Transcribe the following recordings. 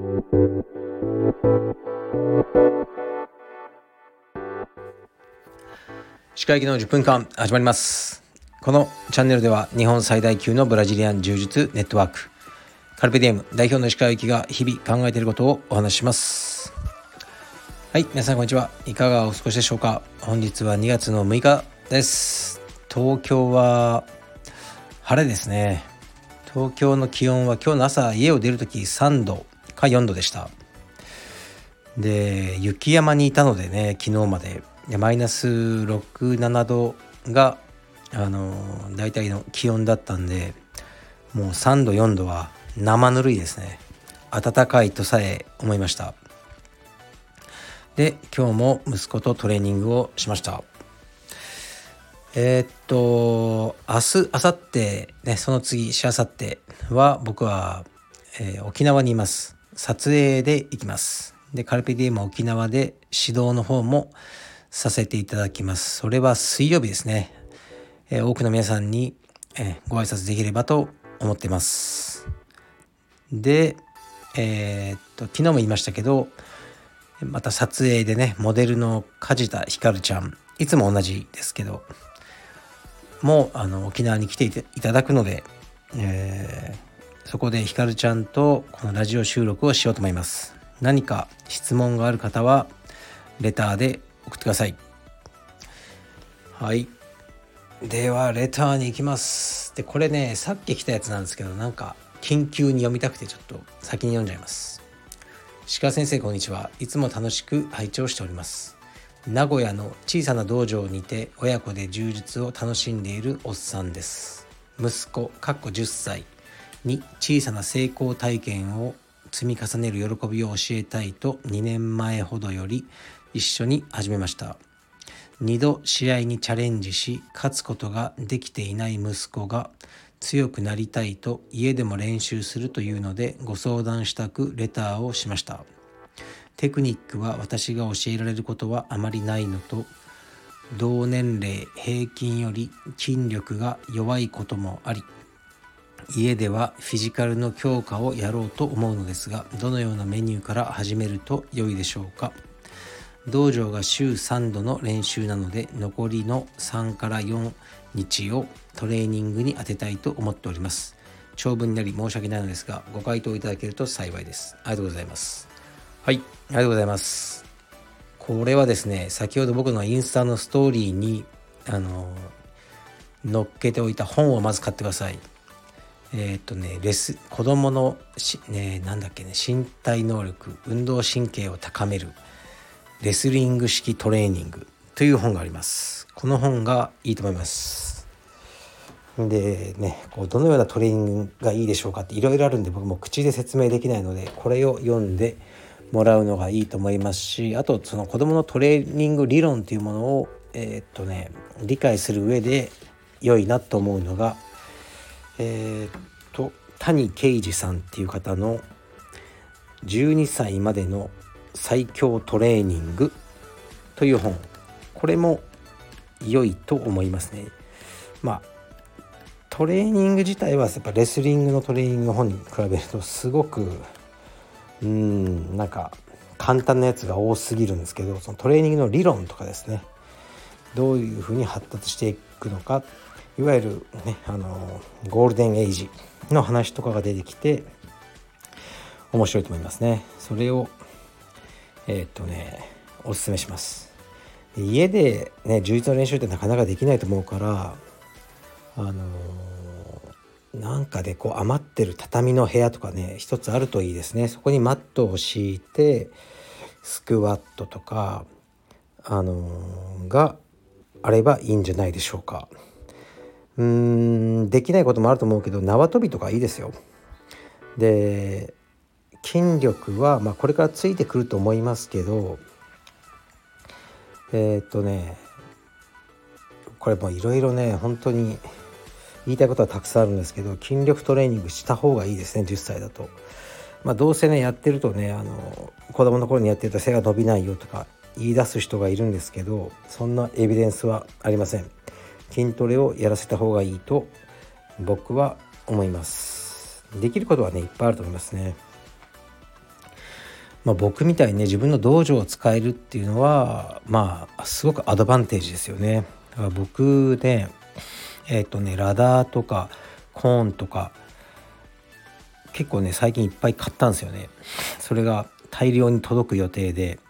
歯科医の10分間始まります。このチャンネルでは日本最大級のブラジリアン柔術ネットワークカルペディエム代表の石川由紀が日々考えていることをお話しします。はい、皆さんこんにちは。いかがお過ごしでしょうか。本日は2月の6日です。東京は晴れですね。東京の気温は今日の朝家を出るとき3度か4度でした。で、雪山にいたのでね、昨日までマイナス6、7度が大体の気温だったんで、もう3度4度は生ぬるいですね。暖かいとさえ思いました。で、今日も息子とトレーニングをしました。明日、明後日ね、その次しあさっては僕は、沖縄にいます。撮影で行きます。で、カルペディエム沖縄で指導の方もさせていただきます。それは水曜日ですね。多くの皆さんに、ご挨拶できればと思ってます。で、昨日も言いましたけど、また撮影でね、モデルの梶田ひかるちゃん、いつも同じですけどもう沖縄に来ていただくので、そこでひかるちゃんとこのラジオ収録をしようと思います。何か質問がある方はレターで送ってください。はい、ではレターに行きます。で、これね、さっき来たやつなんですけど、なんか緊急に読みたくてちょっと先に読んじゃいます。鹿先生こんにちは。いつも楽しく拝聴しております。名古屋の小さな道場にて親子で柔術を楽しんでいるおっさんです。息子10歳に小さな成功体験を積み重ねる喜びを教えたいと2年前ほどより一緒に始めました。2度試合にチャレンジし勝つことができていない息子が強くなりたいと家でも練習するというのでご相談したくレターをしました。テクニックは私が教えられることはあまりないのと、同年齢平均より筋力が弱いこともあり、家ではフィジカルの強化をやろうと思うのですが、どのようなメニューから始めると良いでしょうか。道場が週3度の練習なので、残りの3から4日をトレーニングに当てたいと思っております。長文になり申し訳ないのですが、ご回答いただけると幸いです。ありがとうございます。はい、ありがとうございます。これはですね、先ほど僕のインスタのストーリーに載っけておいた本をまず買ってください。子供の身体能力、運動神経を高めるレスリング式トレーニングという本があります。この本がいいと思います。でね、どのようなトレーニングがいいでしょうかっていろいろあるんで、僕も口で説明できないので、これを読んでもらうのがいいと思いますし、あとその子どものトレーニング理論というものを、理解する上で良いなと思うのが、谷啓二さんっていう方の12歳までの最強トレーニングという本、これも良いと思いますね。トレーニング自体はやっぱレスリングのトレーニングの本に比べるとすごくなんか簡単なやつが多すぎるんですけど、そのトレーニングの理論とかですね、どういうふうに発達していくのか、いわゆるね、ゴールデンエイジの話とかが出てきて面白いと思いますね。それをおすすめします。家でね、充実の練習ってなかなかできないと思うから、なんかで余ってる畳の部屋とかね、一つあるといいですね。そこにマットを敷いてスクワットとかがあればいいんじゃないでしょうか。できないこともあると思うけど、縄跳びとかいいですよ。で、筋力はこれからついてくると思いますけど、これもいろいろね、本当に言いたいことはたくさんあるんですけど、筋力トレーニングした方がいいですね、10歳だと。どうせね、やってるとね、子供の頃にやってると背が伸びないよとか言い出す人がいるんですけど、そんなエビデンスはありません。筋トレをやらせた方がいいと僕は思います。できることはね、いっぱいあると思いますね。 僕みたいにね自分の道場を使えるっていうのはすごくアドバンテージですよね。だから僕ねラダーとかコーンとか結構ね最近いっぱい買ったんですよね。それが大量に届く予定で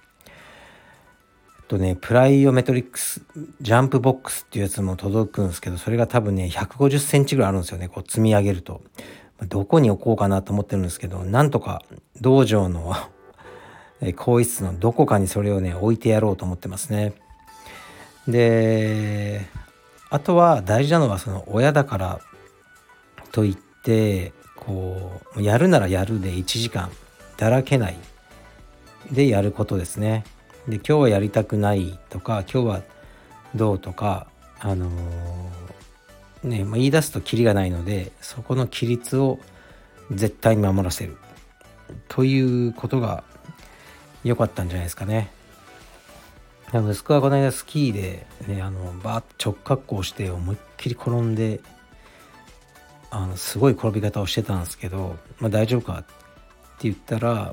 プライオメトリックスジャンプボックスっていうやつも届くんですけど、それが多分ね150センチぐらいあるんですよね。こう積み上げるとどこに置こうかなと思ってるんですけど、なんとか道場の更衣室のどこかにそれをね置いてやろうと思ってますね。であとは大事なのはその親だからといってこうやるならやるで1時間だらけないでやることですね。で今日はやりたくないとか今日はどうとか言い出すとキリがないので、そこの規律を絶対に守らせるということが良かったんじゃないですかね。息子はこの間スキーでねバーッと直滑降して思いっきり転んですごい転び方をしてたんですけど、大丈夫かって言ったら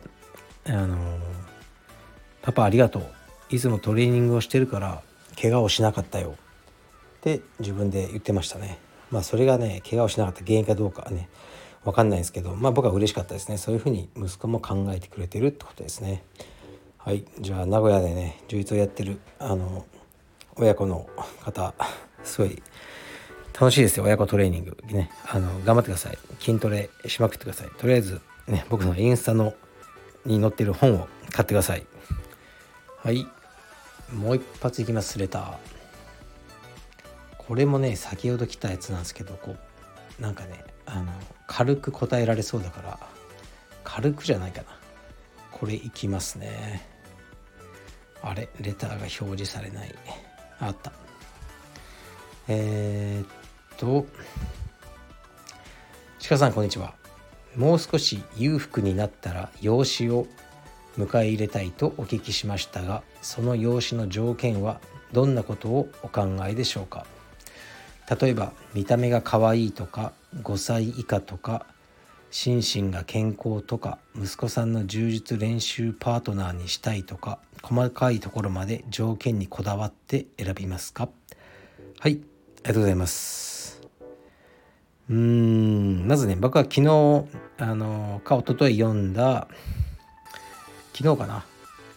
パパありがとう、いつもトレーニングをしてるから怪我をしなかったよって自分で言ってましたね。それがね怪我をしなかった原因かどうかはね分かんないんですけど、僕は嬉しかったですね。そういうふうに息子も考えてくれてるってことですね。はい、じゃあ名古屋でね充実をやってる親子の方、すごい楽しいですよ。親子トレーニングね頑張ってください。筋トレしまくってください。とりあえずね僕のインスタに載ってる本を買ってください。はい、もう一発いきます。レター、これもね先ほど来たやつなんですけど、こうなんかね軽く答えられそうだから軽くじゃないかな、これいきますね。あれレターが表示されない。あった。鹿さんこんにちは。もう少し裕福になったら養子を迎え入れたいとお聞きしましたが、その養子の条件はどんなことをお考えでしょうか。例えば見た目が可愛いとか5歳以下とか心身が健康とか息子さんの柔術練習パートナーにしたいとか、細かいところまで条件にこだわって選びますか。はい、ありがとうございます。まずね僕は昨日一昨日読んだ、昨日かな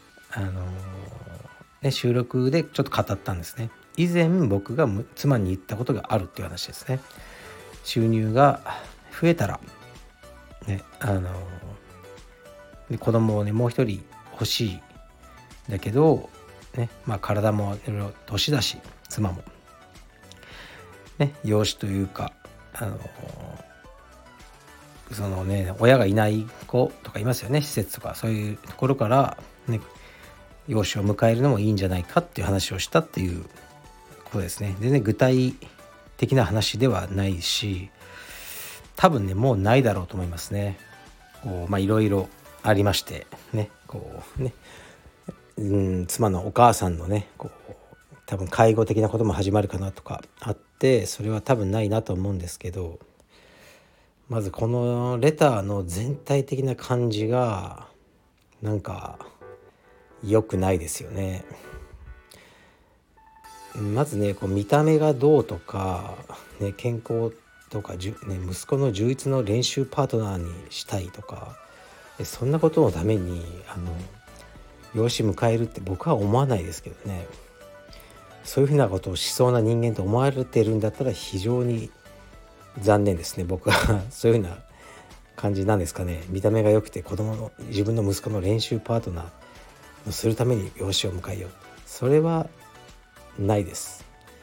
収録でちょっと語ったんですね。以前僕が妻に言ったことがあるっていう話ですね。収入が増えたらね子供をねもう一人欲しいだけどね、体もいろいろ年だし妻もね養子というかそのね親がいない子とかいますよね、施設とかそういうところからね養子を迎えるのもいいんじゃないかっていう話をしたっていうことですね。全然具体的な話ではないし、多分ねもうないだろうと思いますね。いろいろありましてね、妻のお母さんのね多分介護的なことも始まるかなとかあって、それは多分ないなと思うんですけど、まずこのレターの全体的な感じがなんか良くないですよね。まずね見た目がどうとか、健康とか息子の充実の練習パートナーにしたいとか、そんなことのために養子迎えるって僕は思わないですけどね。そういうふうなことをしそうな人間と思われてるんだったら非常に残念ですね。僕はそういうふうな感じなんですかね。見た目が良くて自分の息子の練習パートナーをするために養子を迎えよう、それはないです。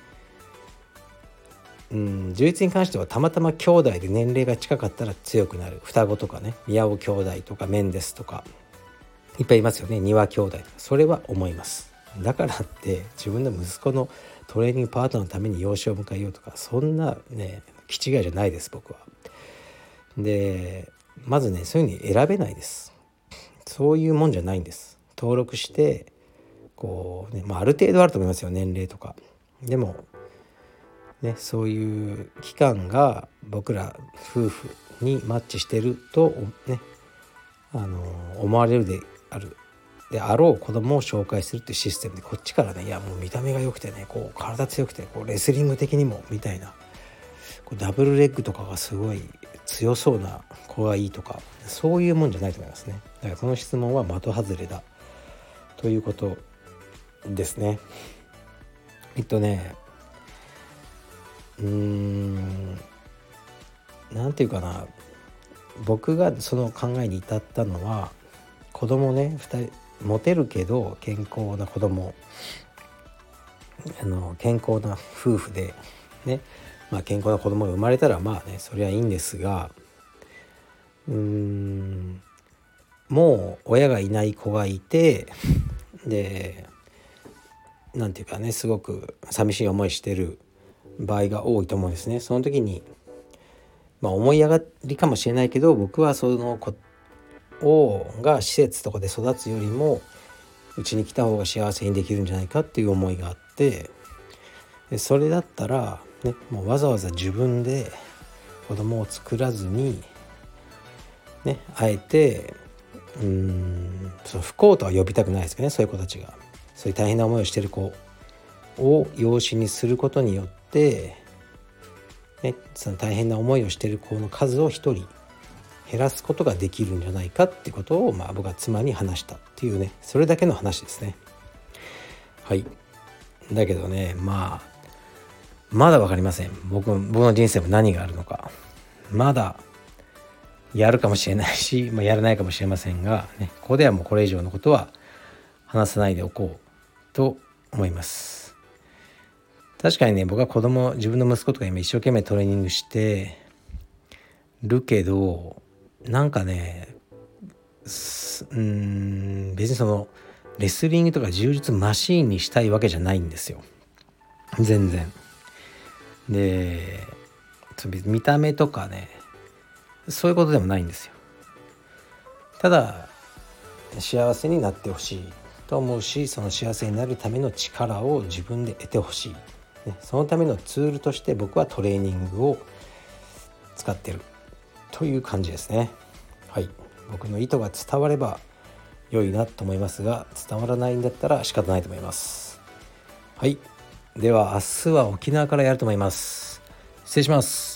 充実に関してはたまたま兄弟で年齢が近かったら強くなる、双子とかね宮尾兄弟とかメンデスとかいっぱいいますよね、丹羽兄弟とか。それは思います。だからって自分の息子のトレーニングパートナーのために養子を迎えようとか、そんなね気違いじゃないです僕は。でまずねそういうふうに選べないです。そういうもんじゃないんです。登録してある程度あると思いますよ、年齢とか。でもねそういう期間が僕ら夫婦にマッチしてるとね思われるであるであろう子供を紹介するっていうシステムで、こっちからね、いやもう見た目が良くてね、こう体強くてこうレスリング的にもみたいな、こうダブルレッグとかがすごい強そうな子がいいとか、そういうもんじゃないと思いますね。だからこの質問は的外れだということですね。なんていうかな、僕がその考えに至ったのは、子供ね、2人モテるけど健康な子供、健康な夫婦でね、健康な子供が生まれたらそれはいいんですが、もう親がいない子がいて、でなんていうかね、すごく寂しい思いしてる場合が多いと思うんですね。その時に思い上がりかもしれないけど、僕はその子が施設とかで育つよりもうちに来た方が幸せにできるんじゃないかっていう思いがあって、でそれだったらね、もうわざわざ自分で子供を作らずにね、あえてその不幸とは呼びたくないですけどね、そういう子たちがそういう大変な思いをしている子を養子にすることによって、その大変な思いをしている子の数を一人減らすことができるんじゃないかってことを、僕は妻に話したっていうね、それだけの話ですね。はい。だけどね、まだ分かりません。僕の人生も何があるのか、まだやるかもしれないし、やらないかもしれませんが、ここではもうこれ以上のことは話さないでおこうと思います。確かにね、僕は自分の息子とか今一生懸命トレーニングしてるけど、なんかね、別にそのレスリングとか柔術マシーンにしたいわけじゃないんですよ、全然。で、見た目とかね、そういうことでもないんですよ。ただ幸せになってほしいと思うし、その幸せになるための力を自分で得てほしい、そのためのツールとして僕はトレーニングを使ってるという感じですね。はい。僕の意図が伝われば良いなと思いますが、伝わらないんだったら仕方ないと思います。はい。では明日は沖縄からやると思います。失礼します。